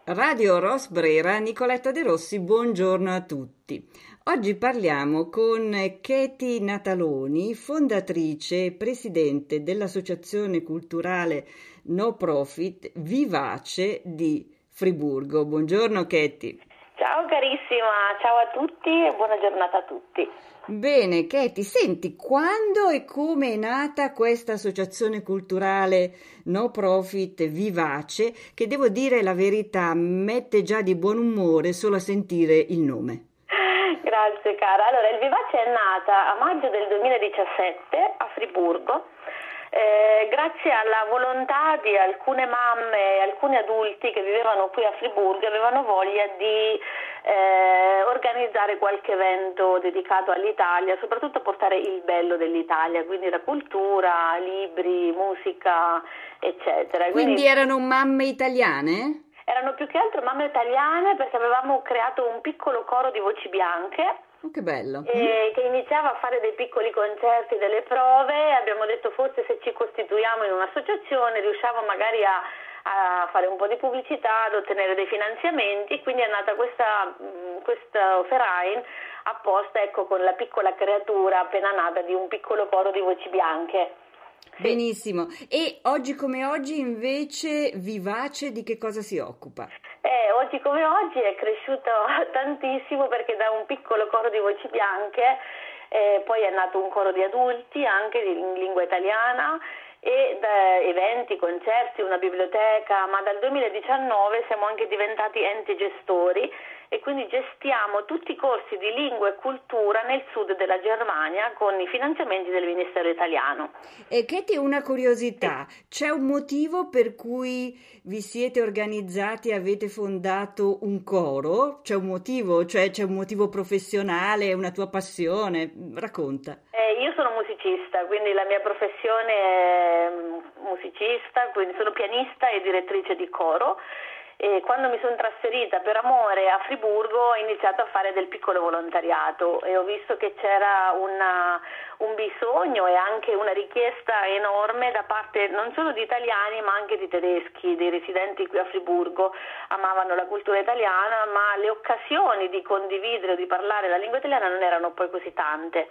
Radio Rosbrera, Nicoletta De Rossi, buongiorno a tutti. Oggi parliamo con Katie Nataloni, fondatrice e presidente dell'associazione culturale no profit Vivace di Friburgo. Buongiorno Katie. Ciao carissima, ciao a tutti e buona giornata a tutti. Bene, Katie, senti, quando e come è nata questa associazione culturale no profit Vivace, che devo dire la verità, mette già di buon umore solo a sentire il nome? Grazie cara. Allora, il Vivace è nata a maggio del 2017 a Friburgo, grazie alla volontà di alcune mamme e alcuni adulti che vivevano qui a Friburgo e avevano voglia di organizzare qualche evento dedicato all'Italia, soprattutto a portare il bello dell'Italia, quindi la cultura, libri, musica, eccetera. Quindi erano mamme italiane? Erano più che altro mamme italiane perché avevamo creato un piccolo coro di voci bianche. Oh, che bello! Che iniziava a fare dei piccoli concerti, delle prove. Abbiamo detto forse se ci costituiamo in un'associazione riusciamo magari a fare un po' di pubblicità, ad ottenere dei finanziamenti, quindi è nata questo Verein apposta, ecco, con la piccola creatura appena nata di un piccolo coro di voci bianche. Benissimo. E oggi come oggi invece Vivace di che cosa si occupa? Oggi come oggi è cresciuto tantissimo perché da un piccolo coro di voci bianche poi è nato un coro di adulti anche in lingua italiana e da eventi, concerti, una biblioteca, ma dal 2019 siamo anche diventati enti gestori e quindi gestiamo tutti i corsi di lingua e cultura nel sud della Germania con i finanziamenti del Ministero italiano. E Katie, una curiosità, c'è un motivo per cui vi siete organizzati e avete fondato un coro? C'è un motivo? Cioè c'è un motivo professionale, una tua passione? Racconta. Io sono musicista, quindi la mia professione è musicista, quindi sono pianista e direttrice di coro. E quando mi sono trasferita per amore a Friburgo ho iniziato a fare del piccolo volontariato e ho visto che c'era un bisogno e anche una richiesta enorme da parte non solo di italiani ma anche di tedeschi, dei residenti qui a Friburgo. Amavano la cultura italiana, ma le occasioni di condividere o di parlare la lingua italiana non erano poi così tante.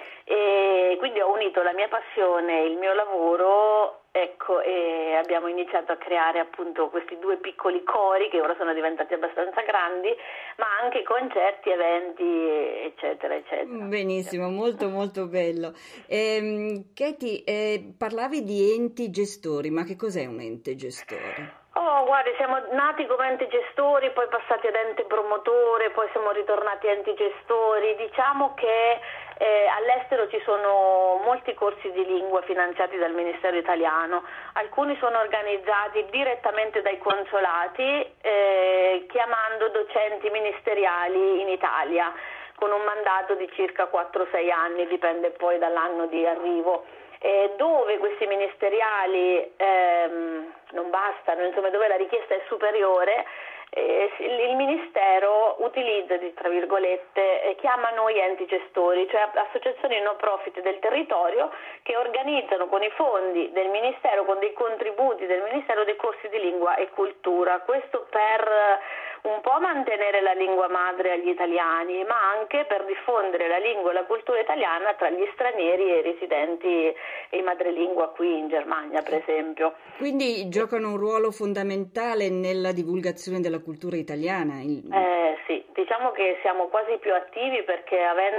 E quindi ho unito la mia passione e il mio lavoro, ecco, e abbiamo iniziato a creare appunto questi due piccoli cori che ora sono diventati abbastanza grandi, ma anche concerti, eventi, eccetera, eccetera. Benissimo, molto molto bello. Katie, parlavi di enti gestori, ma che cos'è un ente gestore? Oh, guardi, siamo nati come enti gestori, poi passati ad ente promotore, poi siamo ritornati enti gestori. Diciamo che all'estero ci sono molti corsi di lingua finanziati dal Ministero italiano, alcuni sono organizzati direttamente dai consolati chiamando docenti ministeriali in Italia con un mandato di circa 4-6 anni, dipende poi dall'anno di arrivo. Dove questi ministeriali non bastano, insomma dove la richiesta è superiore, il Ministero utilizza, tra virgolette, chiama noi enti gestori, cioè associazioni no profit del territorio che organizzano con i fondi del Ministero, con dei contributi del Ministero, dei corsi di lingua e cultura. Questo per un po' mantenere la lingua madre agli italiani, ma anche per diffondere la lingua e la cultura italiana tra gli stranieri e i residenti e i madrelingua qui in Germania, per esempio. Quindi giocano un ruolo fondamentale nella divulgazione della cultura italiana. Sì, diciamo che siamo quasi più attivi perché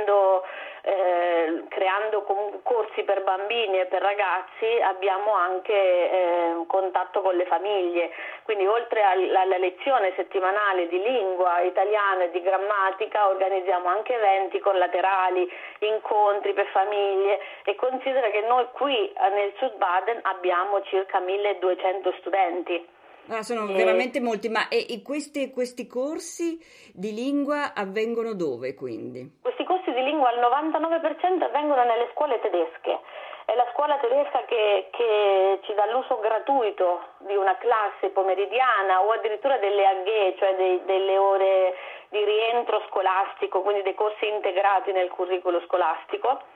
creando comunque corsi per bambini e per ragazzi abbiamo anche contatto con le famiglie, quindi oltre alla lezione settimanale di lingua italiana e di grammatica organizziamo anche eventi collaterali, incontri per famiglie e considera che noi qui nel Sud Baden abbiamo circa 1200 studenti. Sono veramente molti, ma questi corsi di lingua avvengono dove quindi? Questi corsi di lingua al 99% avvengono nelle scuole tedesche. È la scuola tedesca che ci dà l'uso gratuito di una classe pomeridiana o addirittura delle AG, cioè delle ore di rientro scolastico, quindi dei corsi integrati nel curriculum scolastico.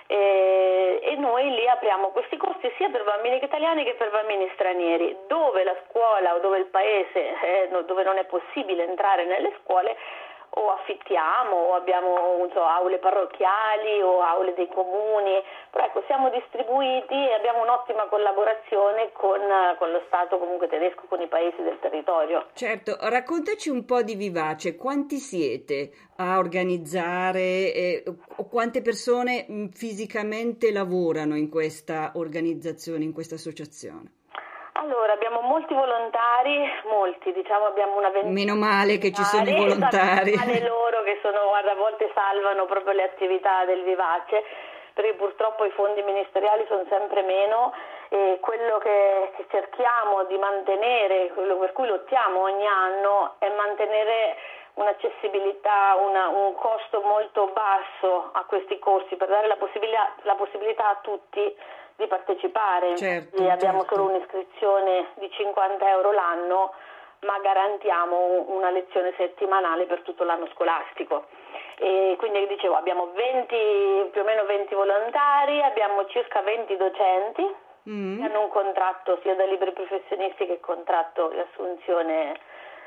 e noi lì apriamo questi corsi sia per bambini italiani che per bambini stranieri. Dove la scuola o dove il paese, dove non è possibile entrare nelle scuole, o affittiamo o abbiamo aule parrocchiali o aule dei comuni, però ecco, siamo distribuiti e abbiamo un'ottima collaborazione con lo Stato comunque tedesco, con i paesi del territorio. Certo, raccontaci un po' di Vivace, quanti siete a organizzare o quante persone fisicamente lavorano in questa organizzazione, in questa associazione? Allora, abbiamo molti volontari, abbiamo una ventina. Meno male che ci sono i volontari. Male loro che guarda, a volte salvano proprio le attività del Vivace, perché purtroppo i fondi ministeriali sono sempre meno e quello che cerchiamo di mantenere, quello per cui lottiamo ogni anno, è mantenere un'accessibilità, un costo molto basso a questi corsi per dare la possibilità a tutti di partecipare. Certo, abbiamo solo un'iscrizione di 50 euro l'anno, ma garantiamo una lezione settimanale per tutto l'anno scolastico. E quindi dicevo, abbiamo più o meno 20 volontari, abbiamo circa 20 docenti che hanno un contratto sia da liberi professionisti che contratto di assunzione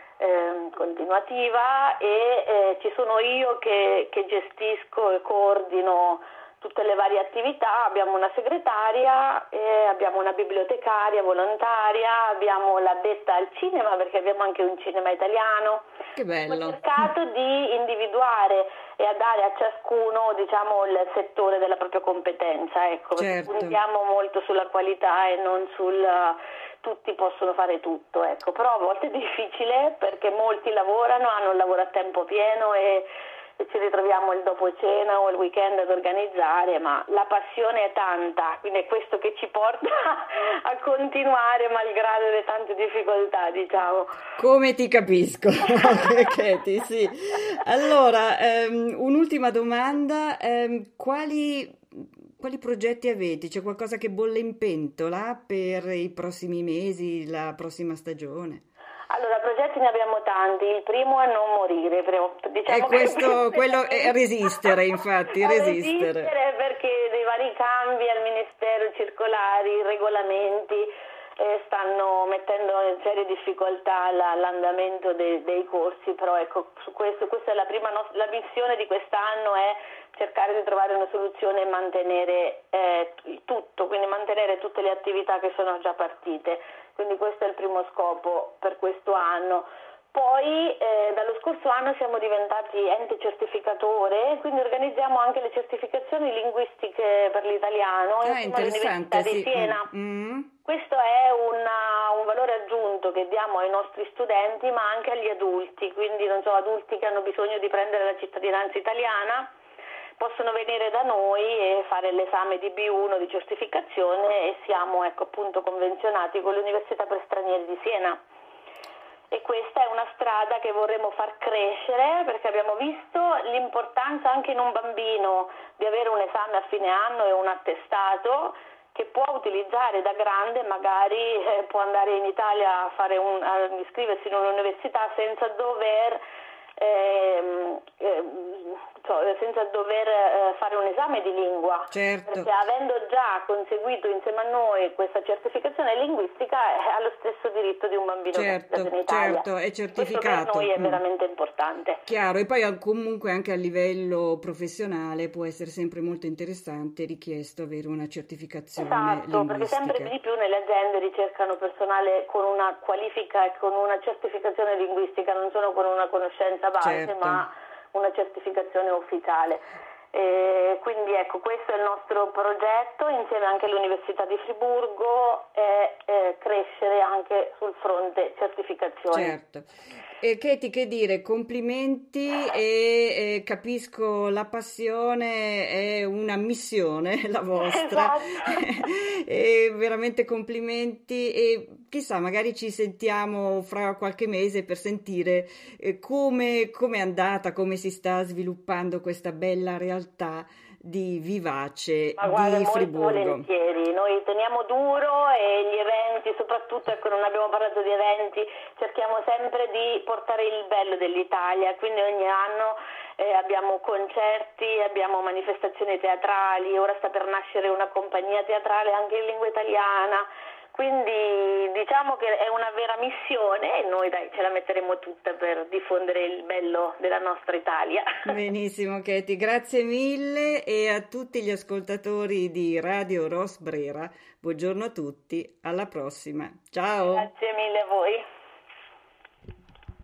continuativa, e ci sono io che gestisco e coordino tutte le varie attività. Abbiamo una segretaria, abbiamo una bibliotecaria volontaria, abbiamo l'addetta al cinema perché abbiamo anche un cinema italiano. Che bello! Ho cercato di individuare e a dare a ciascuno il settore della propria competenza, ecco, certo. Puntiamo molto sulla qualità e non tutti possono fare tutto, ecco, però a volte è difficile perché molti lavorano, hanno un lavoro a tempo pieno e ci ritroviamo il dopo cena o il weekend ad organizzare, ma la passione è tanta, quindi è questo che ci porta a continuare malgrado le tante difficoltà, diciamo. Come ti capisco, Katie, sì. Allora, un'ultima domanda, quali progetti avete? C'è qualcosa che bolle in pentola per i prossimi mesi, la prossima stagione? Allora, progetti ne abbiamo tanti. Il primo è non morire, quello è resistere, infatti, resistere perché dei vari cambi al Ministero, circolari, regolamenti stanno mettendo in serie difficoltà l'andamento dei corsi, però ecco, su questa è la missione di quest'anno è cercare di trovare una soluzione e mantenere tutto, quindi mantenere tutte le attività che sono già partite. Quindi questo è il primo scopo per questo anno. Poi dallo scorso anno siamo diventati ente certificatore, quindi organizziamo anche le certificazioni linguistiche per l'italiano all'Università di Siena. Questo è un valore aggiunto che diamo ai nostri studenti, ma anche agli adulti, quindi adulti che hanno bisogno di prendere la cittadinanza italiana possono venire da noi e fare l'esame di B1 di certificazione, e siamo appunto convenzionati con l'Università per Stranieri di Siena. E questa è una strada che vorremmo far crescere, perché abbiamo visto l'importanza anche in un bambino di avere un esame a fine anno e un attestato che può utilizzare da grande, magari può andare in Italia a iscriversi in un'università senza dover fare un esame di lingua, certo. Perché avendo già conseguito insieme a noi questa certificazione linguistica ha lo stesso diritto di un bambino certo, in Italia. Certo, è certificato. Questo per noi è veramente importante. Chiaro, e poi comunque anche a livello professionale può essere sempre molto interessante, richiesto avere una certificazione linguistica. Perché sempre di più nelle aziende ricercano personale con una qualifica e con una certificazione linguistica, non solo con una conoscenza base, certo. ma una certificazione ufficiale. Quindi ecco, questo è il nostro progetto, insieme anche all'Università di Friburgo, crescere anche sul fronte certificazione. Certo. Katie, che dire, complimenti e capisco la passione è una missione la vostra. Esatto. E veramente complimenti, e chissà, magari ci sentiamo fra qualche mese per sentire come è andata, come si sta sviluppando questa bella realtà di Vivace di Friburgo. Molto volentieri, noi teniamo duro, e gli eventi, soprattutto, ecco, non abbiamo parlato di eventi, cerchiamo sempre di portare il bello dell'Italia, quindi ogni anno abbiamo concerti, abbiamo manifestazioni teatrali, ora sta per nascere una compagnia teatrale anche in lingua italiana. Quindi diciamo che è una vera missione e noi ce la metteremo tutta per diffondere il bello della nostra Italia. Benissimo Katie, grazie mille e a tutti gli ascoltatori di Radio Ros Brera, buongiorno a tutti, alla prossima, ciao! Grazie mille a voi.